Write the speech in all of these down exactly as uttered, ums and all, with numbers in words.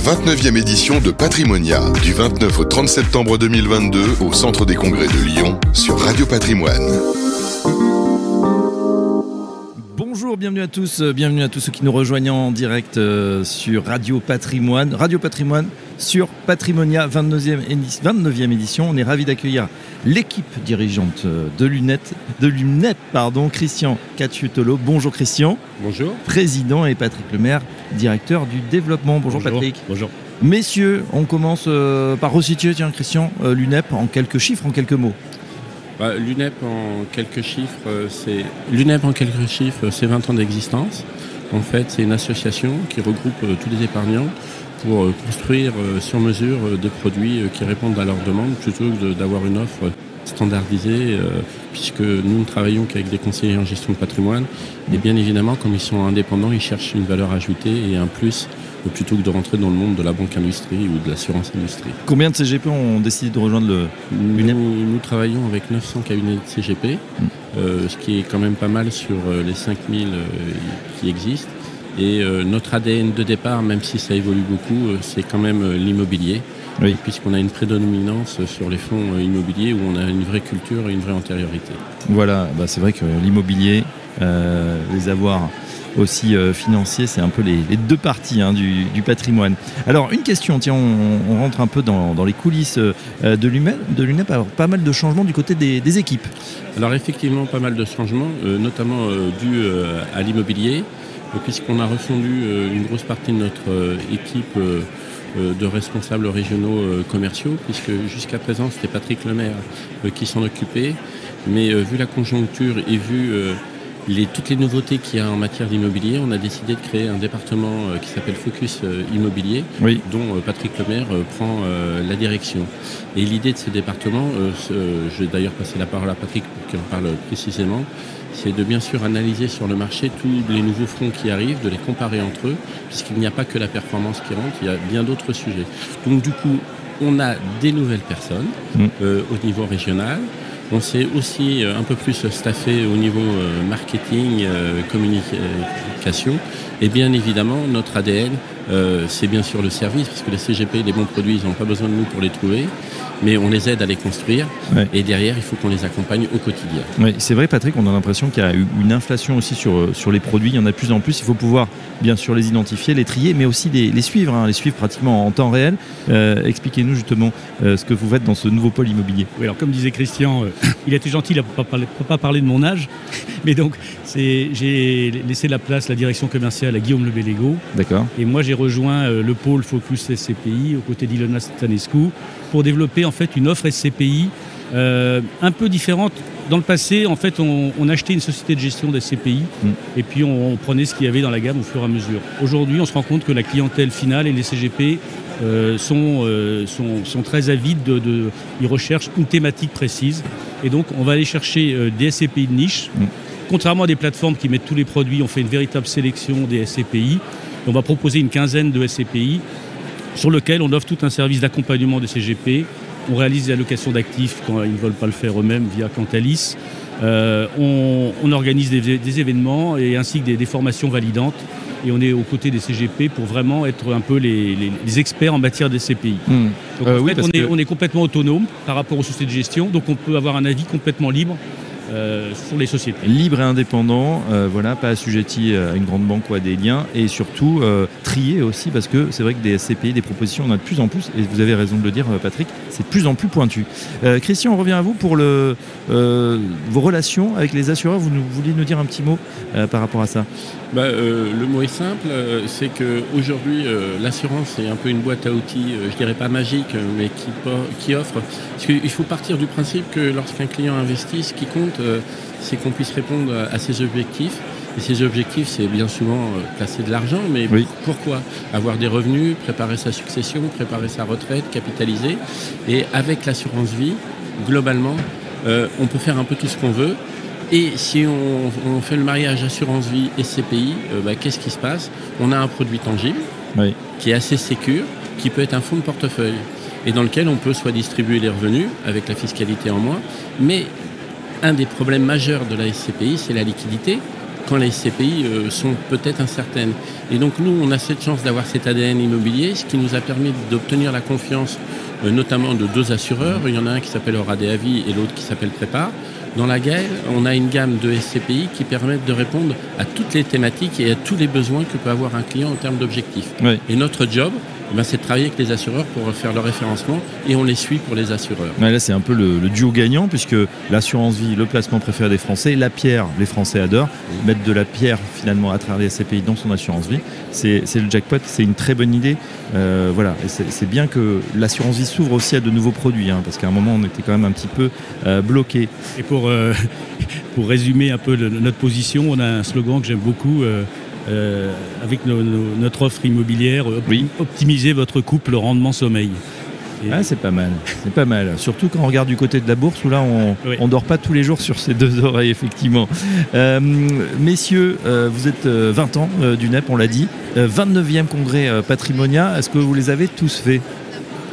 vingt-neuvième édition de Patrimonia, du vingt-neuf au trente septembre deux mille vingt-deux au Centre des Congrès de Lyon sur Radio Patrimoine. Bonjour, bienvenue à tous, bienvenue à tous ceux qui nous rejoignent en direct euh, sur Radio Patrimoine. Radio Patrimoine sur Patrimonia, vingt-neuvième, édi- vingt-neuvième édition. On est ravis d'accueillir l'équipe dirigeante de l'UNEP, de l'UNEP, pardon, Christian Cacciutolo. Bonjour Christian. Bonjour. Président, et Patrick Lemaire, directeur du développement. Bonjour, Bonjour. Patrick. Bonjour. Messieurs, on commence euh, par resituer, tiens Christian, euh, l'UNEP en quelques chiffres, en quelques mots. Bah, L'UNEP en quelques chiffres, c'est l'UNEP en quelques chiffres, c'est vingt ans d'existence. En fait, c'est une association qui regroupe euh, tous les épargnants pour euh, construire euh, sur mesure euh, des produits euh, qui répondent à leurs demandes plutôt que de, d'avoir une offre standardisée, euh, puisque nous ne travaillons qu'avec des conseillers en gestion de patrimoine. Et bien évidemment, comme ils sont indépendants, ils cherchent une valeur ajoutée et un plus, euh, plutôt que de rentrer dans le monde de la banque industrie ou de l'assurance industrie. Combien de C G P ont décidé de rejoindre le l'UNEP ? Nous, nous travaillons avec neuf cents cabinets de C G P, mmh. euh, ce qui est quand même pas mal sur euh, les cinq mille euh, qui existent. Et euh, notre A D N de départ, même si ça évolue beaucoup, euh, c'est quand même euh, l'immobilier, oui. puisqu'on a une prédominance sur les fonds euh, immobiliers où on a une vraie culture et une vraie antériorité. Voilà, bah c'est vrai que l'immobilier, euh, les avoirs aussi euh, financiers, c'est un peu les, les deux parties hein, du, du patrimoine. Alors une question, tiens, on, on rentre un peu dans, dans les coulisses euh, de l'UNEP, de l'UNEP, alors pas mal de changements du côté des, des équipes. Alors effectivement, pas mal de changements, euh, notamment euh, dus euh, à l'immobilier, puisqu'on a refondu euh, une grosse partie de notre euh, équipe euh, euh, de responsables régionaux euh, commerciaux, puisque jusqu'à présent c'était Patrick Lemaire euh, qui s'en occupait, mais euh, vu la conjoncture et vu euh, les, toutes les nouveautés qu'il y a en matière d'immobilier, on a décidé de créer un département euh, qui s'appelle Focus euh, Immobilier, oui. dont euh, Patrick Lemaire euh, prend euh, la direction. Et l'idée de ce département, euh, ce, je vais d'ailleurs passer la parole à Patrick pour qu'il en parle précisément, c'est de bien sûr analyser sur le marché tous les nouveaux fonds qui arrivent, de les comparer entre eux, puisqu'il n'y a pas que la performance qui rentre, il y a bien d'autres sujets. Donc du coup, on a des nouvelles personnes mmh. euh, au niveau régional. On s'est aussi un peu plus staffé au niveau euh, marketing, euh, communication. Et bien évidemment, notre A D N, euh, c'est bien sûr le service, parce que les C G P, les bons produits, ils n'ont pas besoin de nous pour les trouver. Mais on les aide à les construire, ouais. et derrière, il faut qu'on les accompagne au quotidien. Oui, c'est vrai, Patrick, on a l'impression qu'il y a eu une inflation aussi sur, sur les produits. Il y en a de plus en plus. Il faut pouvoir, bien sûr, les identifier, les trier, mais aussi les, les suivre, hein, les suivre pratiquement en temps réel. Euh, expliquez-nous justement euh, ce que vous faites dans ce nouveau pôle immobilier. Oui, alors comme disait Christian, euh, il a été gentil, il n'a pas, pas, pas parlé de mon âge, mais donc c'est, j'ai laissé la place, la direction commerciale à Guillaume Lebelego. D'accord. Et moi, j'ai rejoint euh, le pôle Focus S C P I aux côtés d'Ilona Stanescu pour développer en fait une offre S C P I euh, un peu différente. Dans le passé, en fait, on, on achetait une société de gestion des S C P I mmh. et puis on, on prenait ce qu'il y avait dans la gamme au fur et à mesure. Aujourd'hui, on se rend compte que la clientèle finale et les C G P euh, sont, euh, sont, sont très avides, de, de, ils recherchent une thématique précise. Et donc, on va aller chercher euh, des S C P I de niche. Mmh. Contrairement à des plateformes qui mettent tous les produits, on fait une véritable sélection des S C P I. On va proposer une quinzaine de S C P I sur lequel on offre tout un service d'accompagnement des C G P. On réalise des allocations d'actifs quand ils ne veulent pas le faire eux-mêmes via Cantalis. Euh, on, on organise des, des événements et ainsi que des, des formations validantes. Et on est aux côtés des C G P pour vraiment être un peu les, les, les experts en matière des C P I. Mmh. Donc euh, en oui, fait, on, est, que... on est complètement autonome par rapport aux sociétés de gestion. Donc on peut avoir un avis complètement libre Euh, sur les sociétés. Libre et indépendant, euh, voilà, pas assujetti à une grande banque ou à des liens, et surtout euh, trié aussi, parce que c'est vrai que des S C P I, des propositions, on en a de plus en plus, et vous avez raison de le dire, Patrick, c'est de plus en plus pointu. Euh, Christian, on revient à vous pour le, euh, vos relations avec les assureurs. Vous, nous, vous vouliez nous dire un petit mot euh, par rapport à ça ? Bah, euh, le mot est simple, euh, c'est qu'aujourd'hui, euh, l'assurance est un peu une boîte à outils, euh, je dirais pas magique, mais qui, qui offre. Parce qu'il faut partir du principe que lorsqu'un client investit, ce qui compte, euh, c'est qu'on puisse répondre à ses objectifs. Et ces objectifs, c'est bien souvent euh, placer de l'argent, mais oui. pourquoi ? Avoir des revenus, préparer sa succession, préparer sa retraite, capitaliser. Et avec l'assurance vie, globalement, euh, on peut faire un peu tout ce qu'on veut. Et si on, on fait le mariage assurance-vie et C P I, euh, bah, qu'est-ce qui se passe ? On a un produit tangible oui. qui est assez sécure, qui peut être un fonds de portefeuille et dans lequel on peut soit distribuer les revenus avec la fiscalité en moins, mais un des problèmes majeurs de la S C P I, c'est la liquidité, quand les S C P I euh, sont peut-être incertaines. Et donc nous, on a cette chance d'avoir cet A D N immobilier, ce qui nous a permis d'obtenir la confiance euh, notamment de deux assureurs. Il y en a un qui s'appelle Oradea Vie et l'autre qui s'appelle Prépar. Dans la Gaël, on a une gamme de S C P I qui permettent de répondre à toutes les thématiques et à tous les besoins que peut avoir un client en termes d'objectifs. Oui. Et notre job, eh ben, c'est de travailler avec les assureurs pour faire le référencement et on les suit pour les assureurs. Ouais, là, c'est un peu le, le duo gagnant puisque l'assurance vie, le placement préféré des Français, la pierre, les Français adorent. Mmh. Mettre de la pierre finalement à travers les S C P I dans son assurance vie, c'est, c'est le jackpot, c'est une très bonne idée. Euh, voilà, et c'est, c'est bien que l'assurance vie s'ouvre aussi à de nouveaux produits hein, parce qu'à un moment, on était quand même un petit peu euh, bloqué. Et pour, euh, pour résumer un peu le, notre position, on a un slogan que j'aime beaucoup. Euh, Euh, avec nos, nos, notre offre immobilière, oui. Optimiser votre couple rendement sommeil. Et... Ah, c'est pas mal, c'est pas mal. Surtout quand on regarde du côté de la bourse où là on oui. on dort pas tous les jours sur ses deux oreilles effectivement. Euh, messieurs, euh, vous êtes euh, vingt ans euh, du N E P, on l'a dit, euh, vingt-neuvième congrès euh, Patrimonia. Est-ce que vous les avez tous faits, Christian ?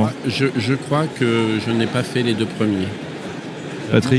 je crois, je, je crois que je n'ai pas fait les deux premiers. Patrick ?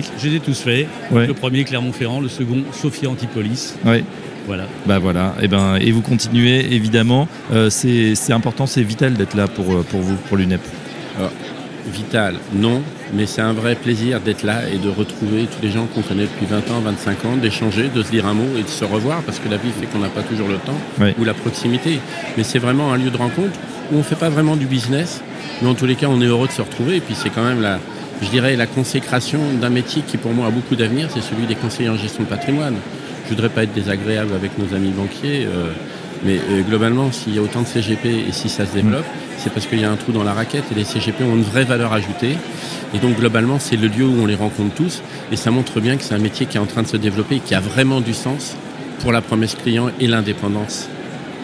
Je les ai tous faits. Ouais. Le premier Clermont-Ferrand, le second Sophia Antipolis. Oui. Voilà. Bah voilà. Et ben et vous continuez évidemment. Euh, c'est c'est important, c'est vital d'être là pour pour vous, pour l'U N E P. Alors, vital, non, mais c'est un vrai plaisir d'être là et de retrouver tous les gens qu'on connaît depuis vingt ans, vingt-cinq ans, d'échanger, de se dire un mot et de se revoir parce que la vie fait qu'on n'a pas toujours le temps oui. ou la proximité. Mais c'est vraiment un lieu de rencontre où on ne fait pas vraiment du business, mais en tous les cas, on est heureux de se retrouver. Et puis c'est quand même la, je dirais, la consécration d'un métier qui pour moi a beaucoup d'avenir, c'est celui des conseillers en gestion de patrimoine. Je ne voudrais pas être désagréable avec nos amis banquiers, euh, mais euh, globalement, s'il y a autant de C G P et si ça se développe, mmh. c'est parce qu'il y a un trou dans la raquette et les C G P ont une vraie valeur ajoutée. Et donc, globalement, c'est le lieu où on les rencontre tous. Et ça montre bien que c'est un métier qui est en train de se développer et qui a vraiment du sens pour la promesse client et l'indépendance. Patrick ?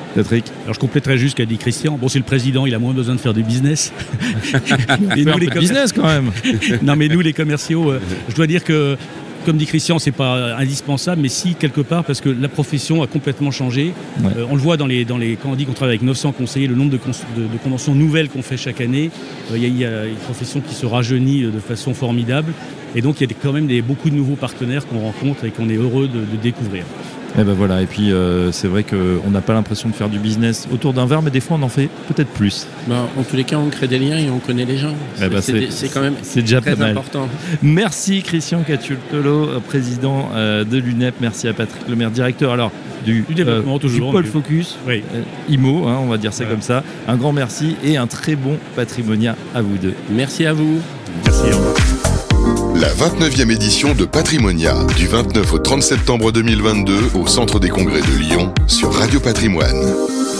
Alors, je compléterai juste ce qu'a dit Christian. Bon, c'est le président, il a moins besoin de faire du business. et nous, les commer- business quand même. Non, mais nous, les commerciaux, euh, je dois dire que comme dit Christian, c'est pas indispensable, mais si quelque part, parce que la profession a complètement changé. Ouais. Euh, on le voit dans les, dans les, quand on dit qu'on travaille avec neuf cents conseillers, le nombre de, cons, de, de conventions nouvelles qu'on fait chaque année, il euh, y, y a une profession qui se rajeunit de façon formidable. Et donc, il y a quand même des, beaucoup de nouveaux partenaires qu'on rencontre et qu'on est heureux de, de découvrir. Et ben voilà, et puis euh, c'est vrai qu'on n'a pas l'impression de faire du business autour d'un verre, mais des fois on en fait peut-être plus. Bah, en tous les cas, on crée des liens et on connaît les gens. C'est, ben c'est, c'est, c'est quand même c'est déjà très pas mal. Important. Merci Christian Catullolo, président euh, de l'U N E P. Merci à Patrick Lemaire, directeur alors du, du développement euh, toujours, du pôle Focus, oui. euh, I M O, hein, on va dire ça ouais. comme ça. Un grand merci et un très bon Patrimonia à vous deux. Merci à vous. Merci à vous. La vingt-neuvième édition de Patrimonia, du vingt-neuf au trente septembre deux mille vingt-deux, au Centre des Congrès de Lyon, sur Radio Patrimoine.